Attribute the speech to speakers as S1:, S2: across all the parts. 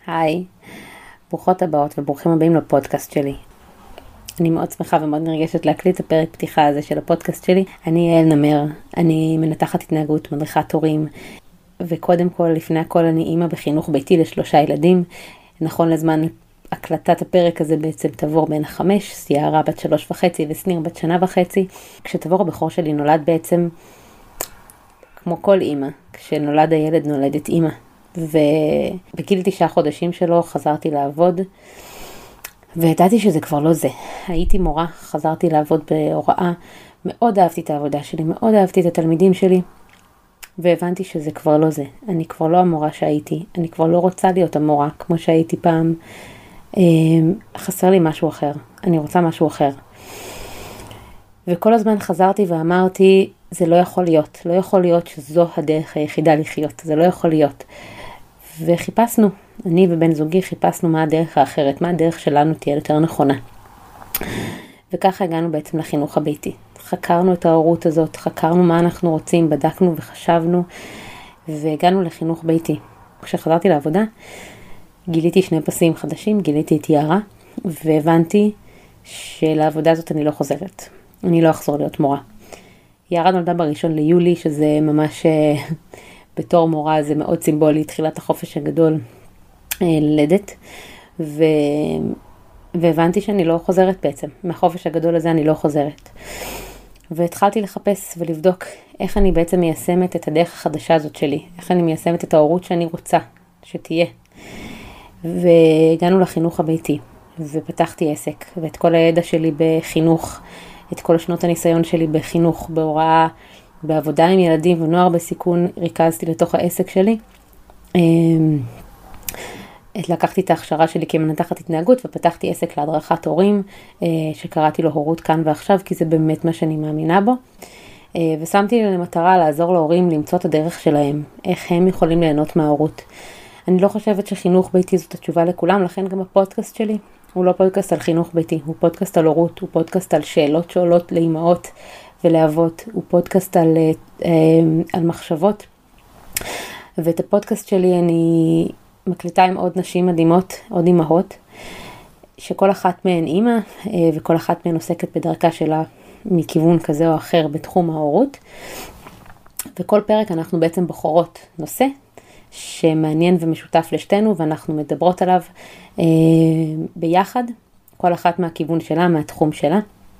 S1: היי, ברוכות הבאות וברוכים הבאים לפודקאסט שלי. אני מאוד שמחה ומאוד נרגשת להקליט את הפרק פתיחה הזה של הפודקאסט שלי. אני יעל נמר, אני מנתחת התנהגות, מדריכת הורים, וקודם כל, לפני הכל, אני אימא בחינוך ביתי ל3 ילדים. נכון לזמן הקלטת הפרק הזה בעצם תבור בן 5, סיירה בת 3.5 וסניר בת 1.5. כשתבור הבכור שלי נולד בעצם כמו כל אימא, כשנולד הילד נולדת אימא. ובגיל 9 חודשים שלו חזרתי לעבוד, וידעתי שזה כבר לא זה. הייתי מורה, חזרתי לעבוד בהוראה, מאוד אהבתי את העבודה שלי, מאוד אהבתי את התלמידים שלי, והבנתי שזה כבר לא זה. אני כבר לא המורה שהייתי, אני כבר לא רוצה להיות המורה כמו שהייתי פעם. חסר לי משהו אחר, אני רוצה משהו אחר. וכל הזמן חזרתי ואמרתי, זה לא יכול להיות, לא יכול להיות שזו הדרך היחידה לחיות, זה לא יכול להיות. וחיפשנו, אני ובן זוגי חיפשנו מה הדרך האחרת, מה הדרך שלנו תהיה יותר נכונה. וככה הגענו בעצם לחינוך הביתי. חקרנו את ההורות הזאת, חקרנו מה אנחנו רוצים, בדקנו וחשבנו, והגענו לחינוך ביתי. כשחזרתי לעבודה, גיליתי 2 פסים חדשים, גיליתי את יערה, והבנתי שלעבודה הזאת אני לא חוזרת. אני לא אחזור להיות מורה. יערה נולדה ב1 ליולי, שזה ממש בתור מורה, זה מאוד סימבולי, תחילת החופש הגדול ללדת, והבנתי שאני לא חוזרת בעצם, מהחופש הגדול הזה אני לא חוזרת. והתחלתי לחפש ולבדוק איך אני בעצם מיישמת את הדרך החדשה הזאת שלי, איך אני מיישמת את ההורות שאני רוצה שתהיה. והגענו לחינוך הביתי, ופתחתי עסק, ואת כל הידע שלי בחינוך, את כל שנות הניסיון שלי בחינוך, בהוראה, בעבודה עם ילדים ונוער בסיכון, ריכזתי לתוך העסק שלי. לקחתי את ההכשרה שלי כמנתחת התנהגות, ופתחתי עסק להדרכת הורים, שקראתי לו הורות כאן ועכשיו, כי זה באמת מה שאני מאמינה בו. ושמתי לי למטרה לעזור להורים למצוא את הדרך שלהם, איך הם יכולים ליהנות מההורות. אני לא חושבת שחינוך ביתי זאת התשובה לכולם, לכן גם הפודקאסט שלי הוא לא פודקאסט על חינוך ביתי, הוא פודקאסט על הורות, הוא פודקאסט על שאלות שעולות לאימהות ולאבות, הוא פודקאסט על מחשבות. ואת הפודקאסט שלי אני מקליטה עם עוד נשים מדהימות, עוד אימהות, שכל אחת מהן אימא, וכל אחת מהן עוסקת בדרכה שלה מכיוון כזה או אחר בתחום ההורות. וכל פרק אנחנו בעצם בוחרות נושא שמעניין ומשותף לשתינו, ואנחנו מדברות עליו ביחד, כל אחת מהכיוון שלה, מהתחום שלה.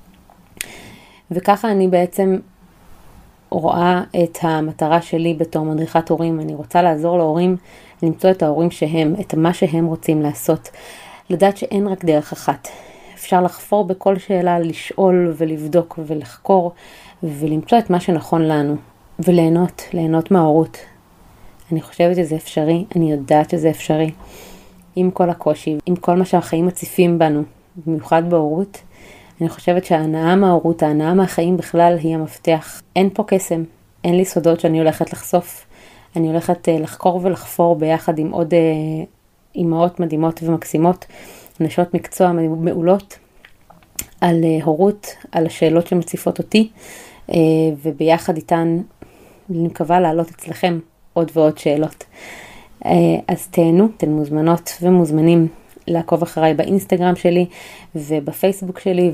S1: וככה אני בעצם רואה את המטרה שלי בתור מדריכת הורים. אני רוצה לעזור להורים למצוא את ההורים שהם, את מה שהם רוצים לעשות. לדעת שאין רק דרך אחת. אפשר לחפור בכל שאלה, לשאול ולבדוק ולחקור, ולמצוא את מה שנכון לנו. וליהנות מההורות. אני חושבת שזה אפשרי, אני יודעת שזה אפשרי. עם כל הקושי, עם כל מה שהחיים מציפים בנו, במיוחד בהורות, אני חושבת שההנאה מההורות, ההנאה מהחיים בכלל היא המפתח. אין פה קסם, אין לי סודות שאני הולכת לחשוף. אני הולכת לחקור ולחפור ביחד עם עוד אימהות מדהימות ומקסימות, נשות מקצוע מעולות, על הורות, על השאלות שמציפות אותי, וביחד איתן אני מקווה לעלות אצלכם עוד ועוד שאלות. אז תהנו, אתן מוזמנות ומוזמנים לעקוב אחריי באינסטגרם שלי ובפייסבוק שלי,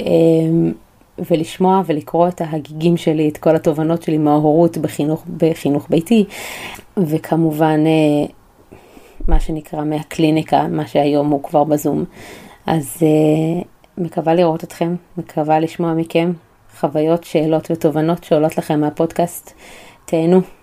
S1: ולשמוע ולקרוא את ההגיגים שלי, את כל התובנות שלי מההורות בחינוך ביתי, וכמובן מה שנקרא מהקליניקה, מה שהיום הוא כבר בזום. אז מקווה לראות אתכם, מקווה לשמוע מכם חוויות, שאלות ותובנות שעולות לכם מהפודקאסט. תהנו.